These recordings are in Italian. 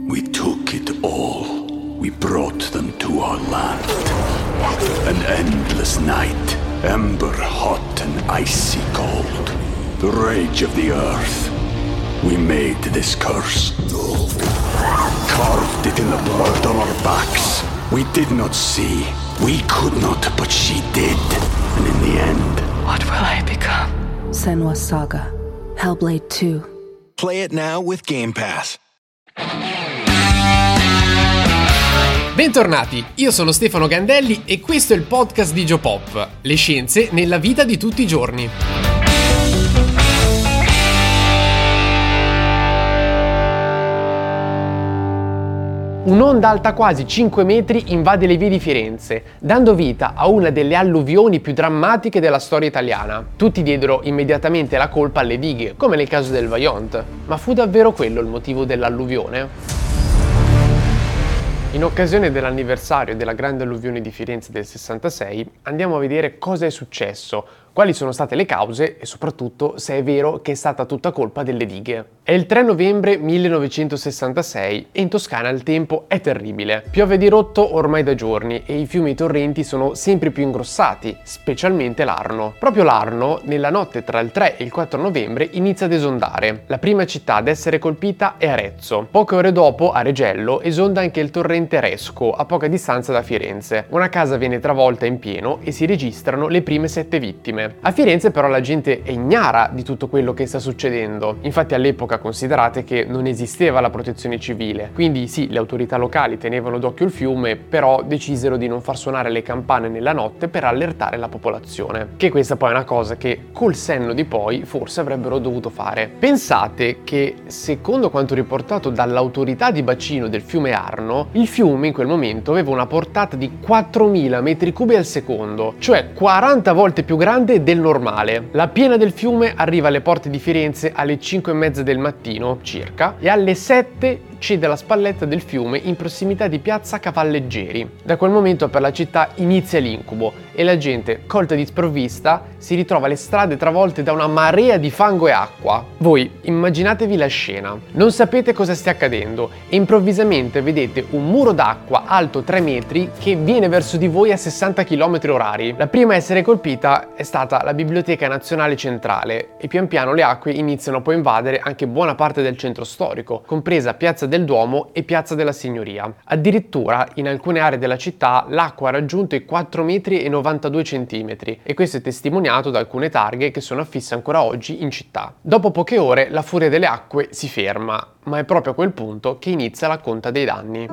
We took it all. We brought them to our land. An endless night, ember hot and icy cold. The rage of the earth. We made this curse. Carved it in the blood on our backs. We did not see. We could not, but she did. And in the end... What will I become? Senua's Saga. Hellblade 2. Play it now with Game Pass. Bentornati, io sono Stefano Gandelli e questo è il podcast di Geopop, le scienze nella vita di tutti i giorni. Un'onda alta quasi 5 metri invade le vie di Firenze, dando vita a una delle alluvioni più drammatiche della storia italiana. Tutti diedero immediatamente la colpa alle dighe, come nel caso del Vajont. Ma fu davvero quello il motivo dell'alluvione? In occasione dell'anniversario della grande alluvione di Firenze del 66, andiamo a vedere cosa è successo, quali sono state le cause e soprattutto se è vero che è stata tutta colpa delle dighe. È il 3 novembre 1966 e in Toscana il tempo è terribile. Piove di rotto ormai da giorni e i fiumi e i torrenti sono sempre più ingrossati, specialmente l'Arno. Proprio l'Arno, nella notte tra il 3 e il 4 novembre, inizia ad esondare. La prima città ad essere colpita è Arezzo. Poche ore dopo, a Regello, esonda anche il torrente Resco, a poca distanza da Firenze. Una casa viene travolta in pieno e si registrano le prime 7 vittime. A Firenze però la gente è ignara di tutto quello che sta succedendo. Infatti all'epoca considerate che non esisteva la protezione civile, quindi sì, le autorità locali tenevano d'occhio il fiume, però decisero di non far suonare le campane nella notte per allertare la popolazione, che questa poi è una cosa che col senno di poi forse avrebbero dovuto fare. Pensate che secondo quanto riportato dall'autorità di bacino del fiume Arno, il fiume in quel momento aveva una portata di 4.000 metri cubi al secondo, cioè 40 volte più grande del normale. La piena del fiume arriva alle porte di Firenze alle 5:30 del mattino circa e alle 7 cede la spalletta del fiume in prossimità di piazza Cavalleggeri. Da quel momento per la città inizia l'incubo e la gente, colta di sprovvista, si ritrova le strade travolte da una marea di fango e acqua. Voi immaginatevi la scena, non sapete cosa stia accadendo e improvvisamente vedete un muro d'acqua alto 3 metri che viene verso di voi a 60 km/h. La prima a essere colpita è stata la Biblioteca Nazionale Centrale e pian piano le acque iniziano poi a invadere anche buona parte del centro storico, compresa Piazza del Duomo e Piazza della Signoria. Addirittura in alcune aree della città l'acqua ha raggiunto i 4,92 m e questo è testimoniato da alcune targhe che sono affisse ancora oggi in città. Dopo poche ore la furia delle acque si ferma, ma è proprio a quel punto che inizia la conta dei danni.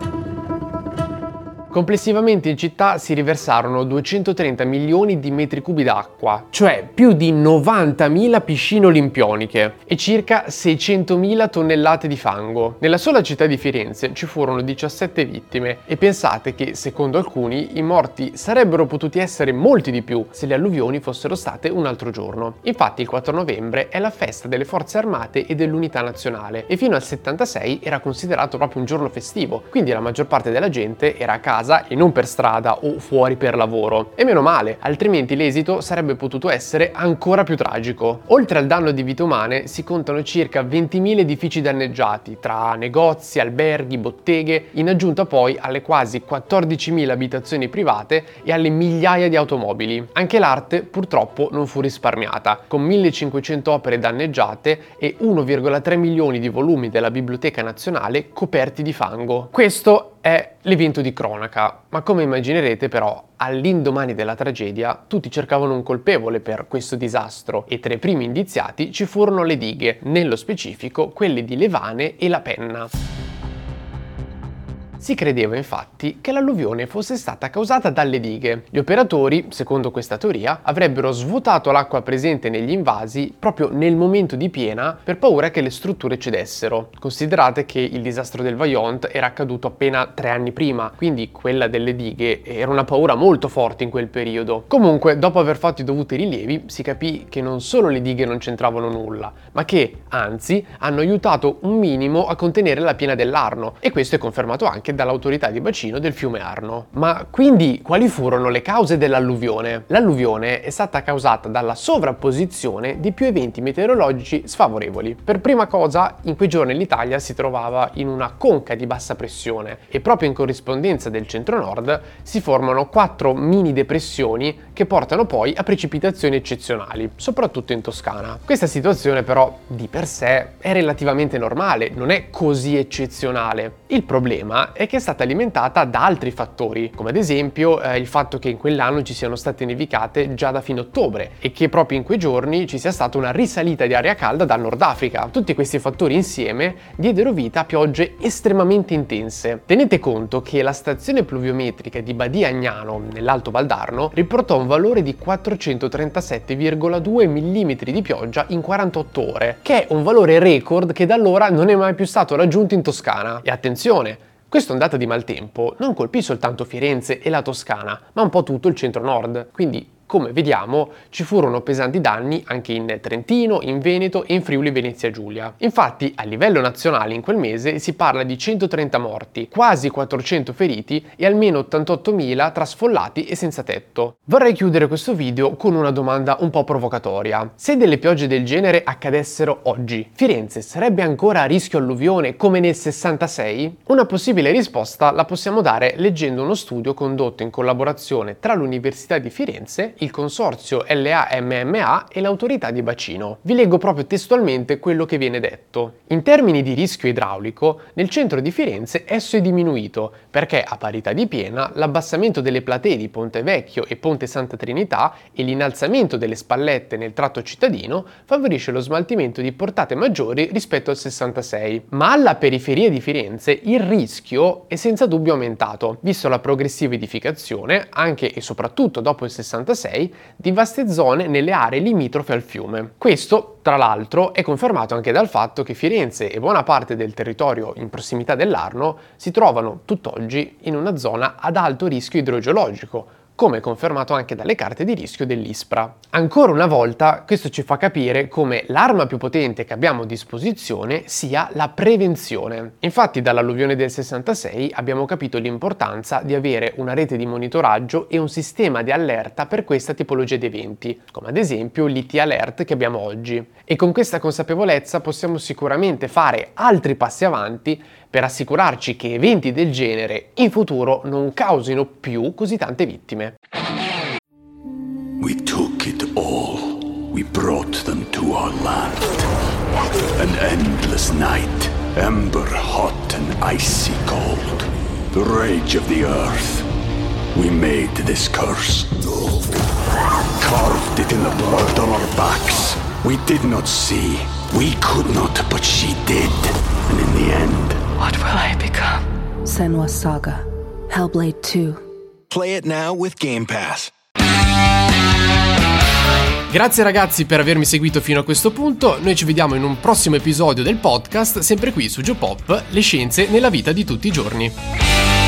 Complessivamente in città si riversarono 230 milioni di metri cubi d'acqua, cioè più di 90.000 piscine olimpioniche e circa 600.000 tonnellate di fango. Nella sola città di Firenze ci furono 17 vittime e pensate che, secondo alcuni, i morti sarebbero potuti essere molti di più se le alluvioni fossero state un altro giorno. Infatti il 4 novembre è la festa delle forze armate e dell'unità nazionale e fino al 76 era considerato proprio un giorno festivo, quindi la maggior parte della gente era a casa e non per strada o fuori per lavoro. E meno male, altrimenti l'esito sarebbe potuto essere ancora più tragico. Oltre al danno di vite umane si contano circa 20.000 edifici danneggiati, tra negozi, alberghi, botteghe, in aggiunta poi alle quasi 14.000 abitazioni private e alle migliaia di automobili. Anche l'arte purtroppo non fu risparmiata, con 1.500 opere danneggiate e 1,3 milioni di volumi della Biblioteca Nazionale coperti di fango. Questo è l'evento di cronaca, ma come immaginerete però, all'indomani della tragedia, tutti cercavano un colpevole per questo disastro e tra i primi indiziati ci furono le dighe, nello specifico quelle di Levane e La Penna. Si credeva infatti che l'alluvione fosse stata causata dalle dighe. Gli operatori, secondo questa teoria, avrebbero svuotato l'acqua presente negli invasi proprio nel momento di piena per paura che le strutture cedessero. Considerate che il disastro del Vajont era accaduto appena 3 anni prima, quindi quella delle dighe era una paura molto forte in quel periodo. Comunque, dopo aver fatto i dovuti rilievi, si capì che non solo le dighe non c'entravano nulla, ma che, anzi, hanno aiutato un minimo a contenere la piena dell'Arno, e questo è confermato anche che dall'autorità di bacino del fiume Arno. Ma quindi quali furono le cause dell'alluvione? L'alluvione è stata causata dalla sovrapposizione di più eventi meteorologici sfavorevoli. Per prima cosa, in quei giorni l'Italia si trovava in una conca di bassa pressione e proprio in corrispondenza del centro-nord si formano 4 mini depressioni che portano poi a precipitazioni eccezionali, soprattutto in Toscana. Questa situazione però di per sé è relativamente normale, non è così eccezionale. Il problema è che è stata alimentata da altri fattori, come ad esempio il fatto che in quell'anno ci siano state nevicate già da fine ottobre e che proprio in quei giorni ci sia stata una risalita di aria calda dal Nord Africa. Tutti questi fattori insieme diedero vita a piogge estremamente intense. Tenete conto che la stazione pluviometrica di Badia Agnano, nell'Alto Valdarno, riportò un valore di 437,2 mm di pioggia in 48 ore, che è un valore record che da allora non è mai più stato raggiunto in Toscana. E attenzione, questa ondata di maltempo non colpì soltanto Firenze e la Toscana, ma un po' tutto il centro-nord, quindi come vediamo ci furono pesanti danni anche in Trentino, in Veneto e in Friuli Venezia Giulia. Infatti a livello nazionale in quel mese si parla di 130 morti, quasi 400 feriti e almeno 88.000 tra sfollati e senza tetto. Vorrei chiudere questo video con una domanda un po' provocatoria. Se delle piogge del genere accadessero oggi, Firenze sarebbe ancora a rischio alluvione come nel 66? Una possibile risposta la possiamo dare leggendo uno studio condotto in collaborazione tra l'Università di Firenze, il consorzio LAMMA e l'autorità di bacino. Vi leggo proprio testualmente quello che viene detto. In termini di rischio idraulico, nel centro di Firenze esso è diminuito perché a parità di piena l'abbassamento delle platee di Ponte Vecchio e Ponte Santa Trinità e l'innalzamento delle spallette nel tratto cittadino favorisce lo smaltimento di portate maggiori rispetto al 66. Ma alla periferia di Firenze il rischio è senza dubbio aumentato, visto la progressiva edificazione, anche e soprattutto dopo il 66, di vaste zone nelle aree limitrofe al fiume. Questo, tra l'altro, è confermato anche dal fatto che Firenze e buona parte del territorio in prossimità dell'Arno si trovano tutt'oggi in una zona ad alto rischio idrogeologico, come confermato anche dalle carte di rischio dell'ISPRA. Ancora una volta, questo ci fa capire come l'arma più potente che abbiamo a disposizione sia la prevenzione. Infatti, dall'alluvione del 66 abbiamo capito l'importanza di avere una rete di monitoraggio e un sistema di allerta per questa tipologia di eventi, come ad esempio l'IT Alert che abbiamo oggi. E con questa consapevolezza possiamo sicuramente fare altri passi avanti per assicurarci che eventi del genere in futuro non causino più così tante vittime. We took it all. We brought them to our land. An endless night, ember hot and icy cold. The rage of the earth. We made this curse. Carved it in the blood on our backs. We did not see. We could not, but she did. And in the end, what will I become? Senua's Saga. Hellblade 2. Play it now with Game Pass. Grazie ragazzi per avermi seguito fino a questo punto, noi ci vediamo in un prossimo episodio del podcast, sempre qui su Geopop, le scienze nella vita di tutti i giorni.